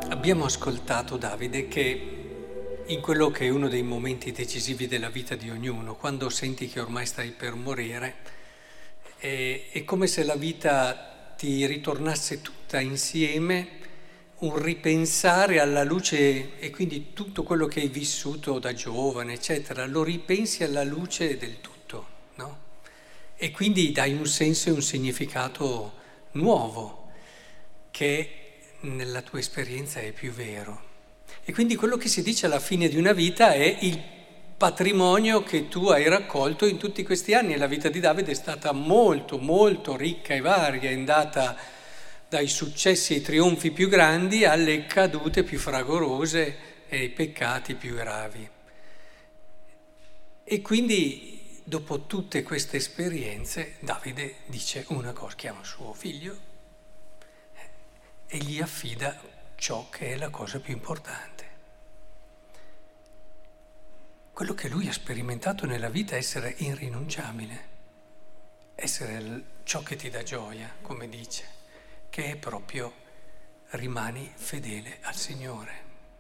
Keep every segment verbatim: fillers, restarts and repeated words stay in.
Abbiamo ascoltato Davide che in quello che è uno dei momenti decisivi della vita di ognuno, quando senti che ormai stai per morire, è, è come se la vita ti ritornasse tutta insieme, un ripensare alla luce, e quindi tutto quello che hai vissuto da giovane, eccetera, lo ripensi alla luce del tutto, no? E quindi dai un senso e un significato nuovo che nella tua esperienza è più vero. E quindi quello che si dice alla fine di una vita è il patrimonio che tu hai raccolto in tutti questi anni. E la vita di Davide è stata molto, molto ricca e varia, è andata dai successi e ai trionfi più grandi alle cadute più fragorose e ai peccati più gravi. E quindi, dopo tutte queste esperienze, Davide dice una cosa, chiama suo figlio e gli affida ciò che è la cosa più importante. Quello che lui ha sperimentato nella vita è essere irrinunciabile, essere ciò che ti dà gioia, come dice, che è proprio rimani fedele al Signore,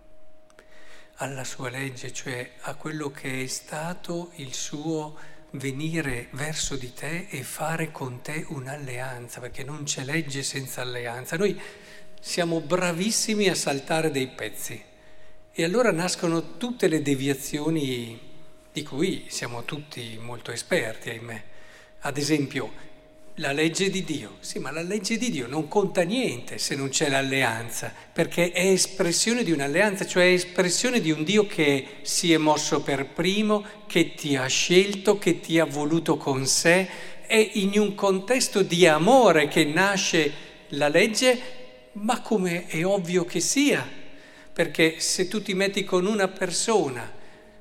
alla sua legge, cioè a quello che è stato il suo venire verso di te e fare con te un'alleanza, perché non c'è legge senza alleanza. Noi siamo bravissimi a saltare dei pezzi e allora nascono tutte le deviazioni di cui siamo tutti molto esperti, ahimè. Ad esempio, la legge di Dio. Sì, ma la legge di Dio non conta niente se non c'è l'alleanza, perché è espressione di un'alleanza, cioè è espressione di un Dio che si è mosso per primo, che ti ha scelto, che ti ha voluto con sé. È in un contesto di amore che nasce la legge, ma come è ovvio che sia, perché se tu ti metti con una persona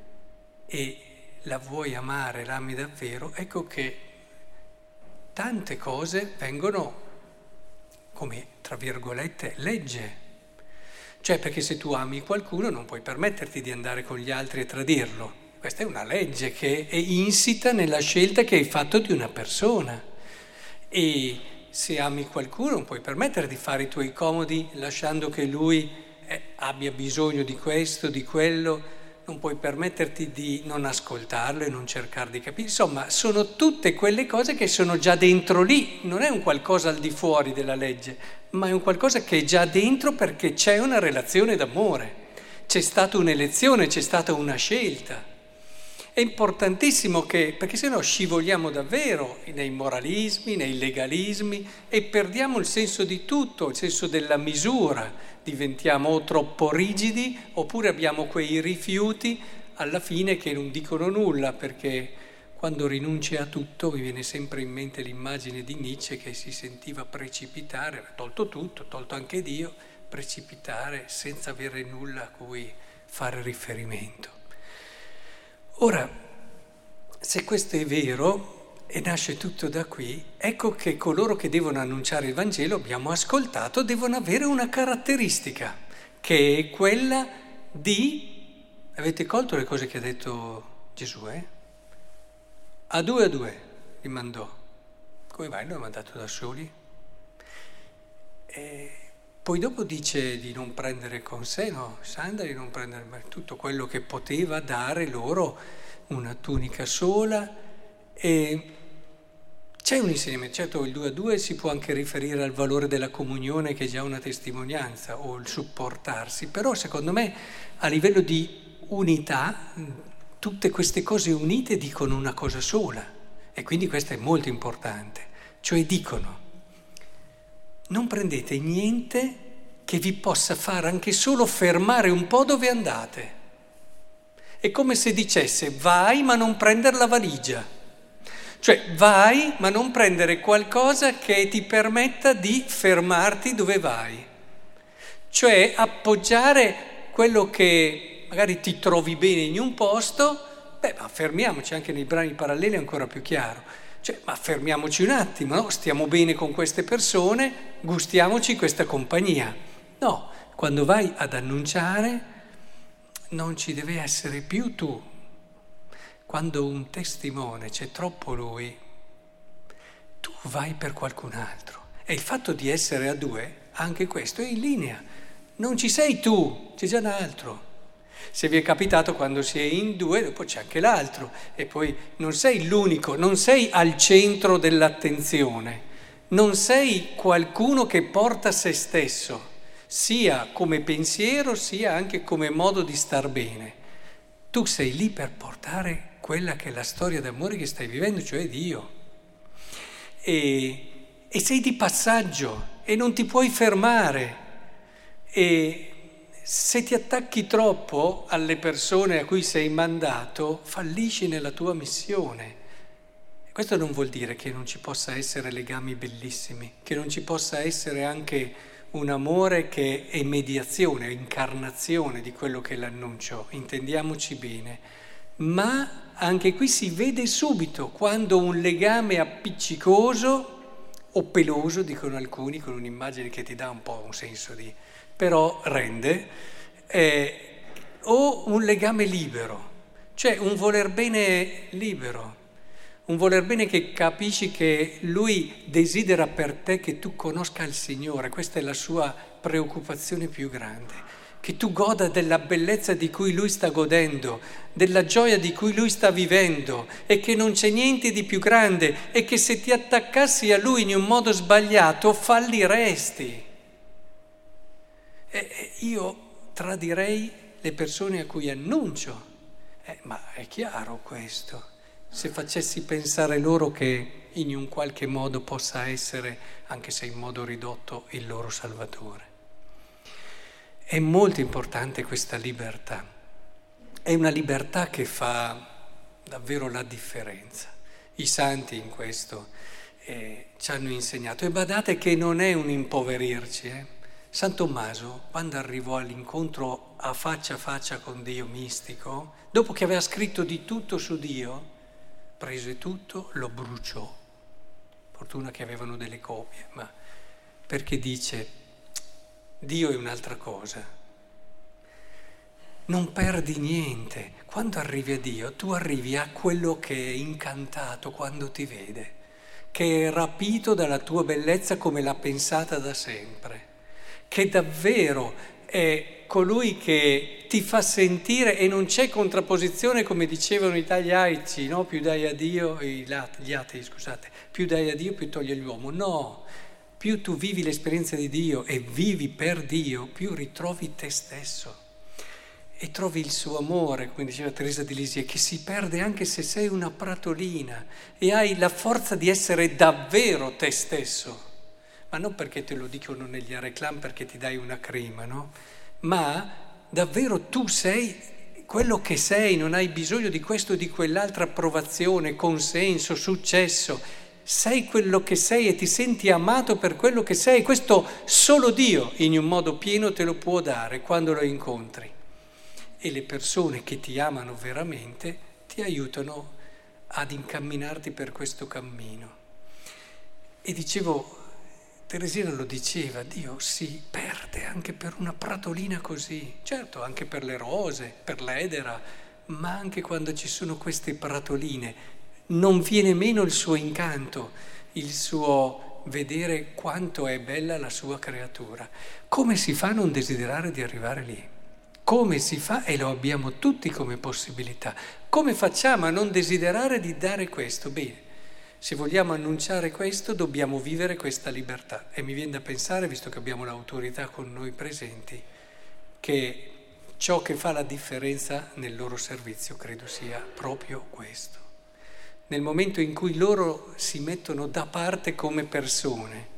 e la vuoi amare, l'ami davvero, ecco che tante cose vengono come, tra virgolette, legge. Cioè, perché se tu ami qualcuno non puoi permetterti di andare con gli altri e tradirlo. Questa è una legge che è insita nella scelta che hai fatto di una persona. E se ami qualcuno non puoi permettere di fare i tuoi comodi lasciando che lui eh, abbia bisogno di questo, di quello. Non puoi permetterti di non ascoltarlo e non cercare di capire. Insomma, sono tutte quelle cose che sono già dentro lì. Non è un qualcosa al di fuori della legge, ma è un qualcosa che è già dentro perché c'è una relazione d'amore. C'è stata un'elezione, c'è stata una scelta. È importantissimo che, perché sennò scivoliamo davvero nei moralismi, nei legalismi e perdiamo il senso di tutto, il senso della misura. Diventiamo o troppo rigidi oppure abbiamo quei rifiuti alla fine che non dicono nulla, perché quando rinunci a tutto mi viene sempre in mente l'immagine di Nietzsche che si sentiva precipitare, ha tolto tutto, ha tolto anche Dio, precipitare senza avere nulla a cui fare riferimento. Ora, se questo è vero e nasce tutto da qui, ecco che coloro che devono annunciare il Vangelo, abbiamo ascoltato, devono avere una caratteristica, che è quella di... Avete colto le cose che ha detto Gesù, eh? A due a due li mandò. Come mai? Lo ha mandato da soli? E poi dopo dice di non prendere con sé, no, sandali, non prendere tutto quello che poteva dare loro, una tunica sola. E c'è un insegnamento, certo il due a due si può anche riferire al valore della comunione che è già una testimonianza o il supportarsi, però secondo me a livello di unità tutte queste cose unite dicono una cosa sola e quindi questo è molto importante, cioè dicono non prendete niente che vi possa far anche solo fermare un po' dove andate. È come se dicesse vai ma non prendere la valigia. Cioè vai ma non prendere qualcosa che ti permetta di fermarti dove vai. Cioè appoggiare quello che magari ti trovi bene in un posto, beh ma fermiamoci, anche nei brani paralleli è ancora più chiaro. Cioè ma fermiamoci un attimo, no? Stiamo bene con queste persone, gustiamoci questa compagnia. No, quando vai ad annunciare non ci deve essere più tu. Quando un testimone c'è troppo lui, tu vai per qualcun altro. E il fatto di essere a due, anche questo è in linea. Non ci sei tu, c'è già un altro. Se vi è capitato quando si è in due, dopo c'è anche l'altro e poi non sei l'unico, non sei al centro dell'attenzione, non sei qualcuno che porta se stesso, sia come pensiero sia anche come modo di star bene. Tu sei lì per portare quella che è la storia d'amore che stai vivendo, cioè Dio. E, e sei di passaggio e non ti puoi fermare. E se ti attacchi troppo alle persone a cui sei mandato, fallisci nella tua missione. Questo non vuol dire che non ci possa essere legami bellissimi, che non ci possa essere anche un amore che è mediazione, incarnazione di quello che è l'annuncio, intendiamoci bene. Ma anche qui si vede subito quando un legame appiccicoso o peloso, dicono alcuni, con un'immagine che ti dà un po' un senso di... però rende, eh, o un legame libero, cioè un voler bene libero, un voler bene che capisci che lui desidera per te che tu conosca il Signore, questa è la sua preoccupazione più grande, che tu goda della bellezza di cui lui sta godendo, della gioia di cui lui sta vivendo e che non c'è niente di più grande e che se ti attaccassi a lui in un modo sbagliato falliresti. E io tradirei le persone a cui annuncio, eh, ma è chiaro questo, se facessi pensare loro che in un qualche modo possa essere, anche se in modo ridotto, il loro Salvatore. È molto importante questa libertà, è una libertà che fa davvero la differenza. I santi in questo eh, ci hanno insegnato e badate che non è un impoverirci, eh. San Tommaso, quando arrivò all'incontro a faccia a faccia con Dio mistico, dopo che aveva scritto di tutto su Dio, prese tutto, lo bruciò. Fortuna che avevano delle copie, ma perché dice, Dio è un'altra cosa. Non perdi niente. Quando arrivi a Dio, tu arrivi a quello che è incantato quando ti vede, che è rapito dalla tua bellezza come l'ha pensata da sempre, che davvero è colui che ti fa sentire e non c'è contrapposizione, come dicevano i tagliaici, no? Più dai a Dio, gli atei, scusate, più dai a Dio più toglie l'uomo. No, più tu vivi l'esperienza di Dio e vivi per Dio, più ritrovi te stesso e trovi il suo amore, come diceva Teresa di Lisieux, che si perde anche se sei una pratolina e hai la forza di essere davvero te stesso. Ma non perché te lo dicono negli reclam perché ti dai una crema, no? Ma davvero tu sei quello che sei, non hai bisogno di questo o di quell'altra approvazione, consenso, successo. Sei quello che sei e ti senti amato per quello che sei. Questo solo Dio in un modo pieno te lo può dare quando lo incontri. E le persone che ti amano veramente ti aiutano ad incamminarti per questo cammino. E dicevo, Teresina lo diceva, Dio si perde anche per una pratolina così, certo anche per le rose, per l'edera, ma anche quando ci sono queste pratoline non viene meno il suo incanto, il suo vedere quanto è bella la sua creatura. Come si fa a non desiderare di arrivare lì? Come si fa? E lo abbiamo tutti come possibilità. Come facciamo a non desiderare di dare questo? Bene. Se vogliamo annunciare questo, dobbiamo vivere questa libertà. E mi viene da pensare, visto che abbiamo l'autorità con noi presenti, che ciò che fa la differenza nel loro servizio credo sia proprio questo. Nel momento in cui loro si mettono da parte come persone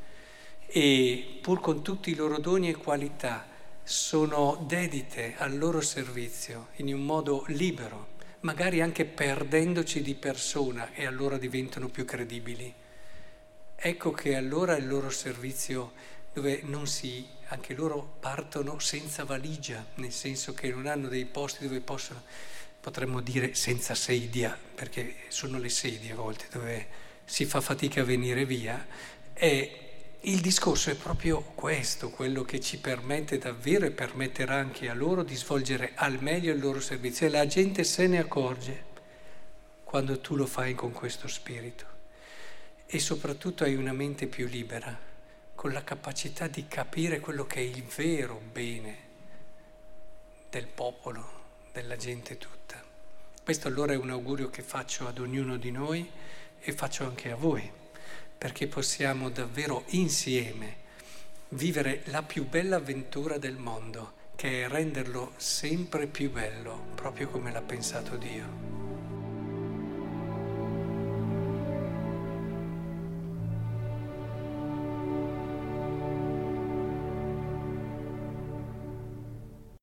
e pur con tutti i loro doni e qualità sono dedite al loro servizio in un modo libero, magari anche perdendoci di persona e allora diventano più credibili. Ecco che allora il loro servizio dove non si, anche loro partono senza valigia, nel senso che non hanno dei posti dove possono, potremmo dire senza sedia, perché sono le sedie a volte dove si fa fatica a venire via, e il discorso è proprio questo, quello che ci permette davvero e permetterà anche a loro di svolgere al meglio il loro servizio. E la gente se ne accorge quando tu lo fai con questo spirito. E soprattutto hai una mente più libera, con la capacità di capire quello che è il vero bene del popolo, della gente tutta. Questo allora è un augurio che faccio ad ognuno di noi e faccio anche a voi, perché possiamo davvero insieme vivere la più bella avventura del mondo, che è renderlo sempre più bello, proprio come l'ha pensato Dio.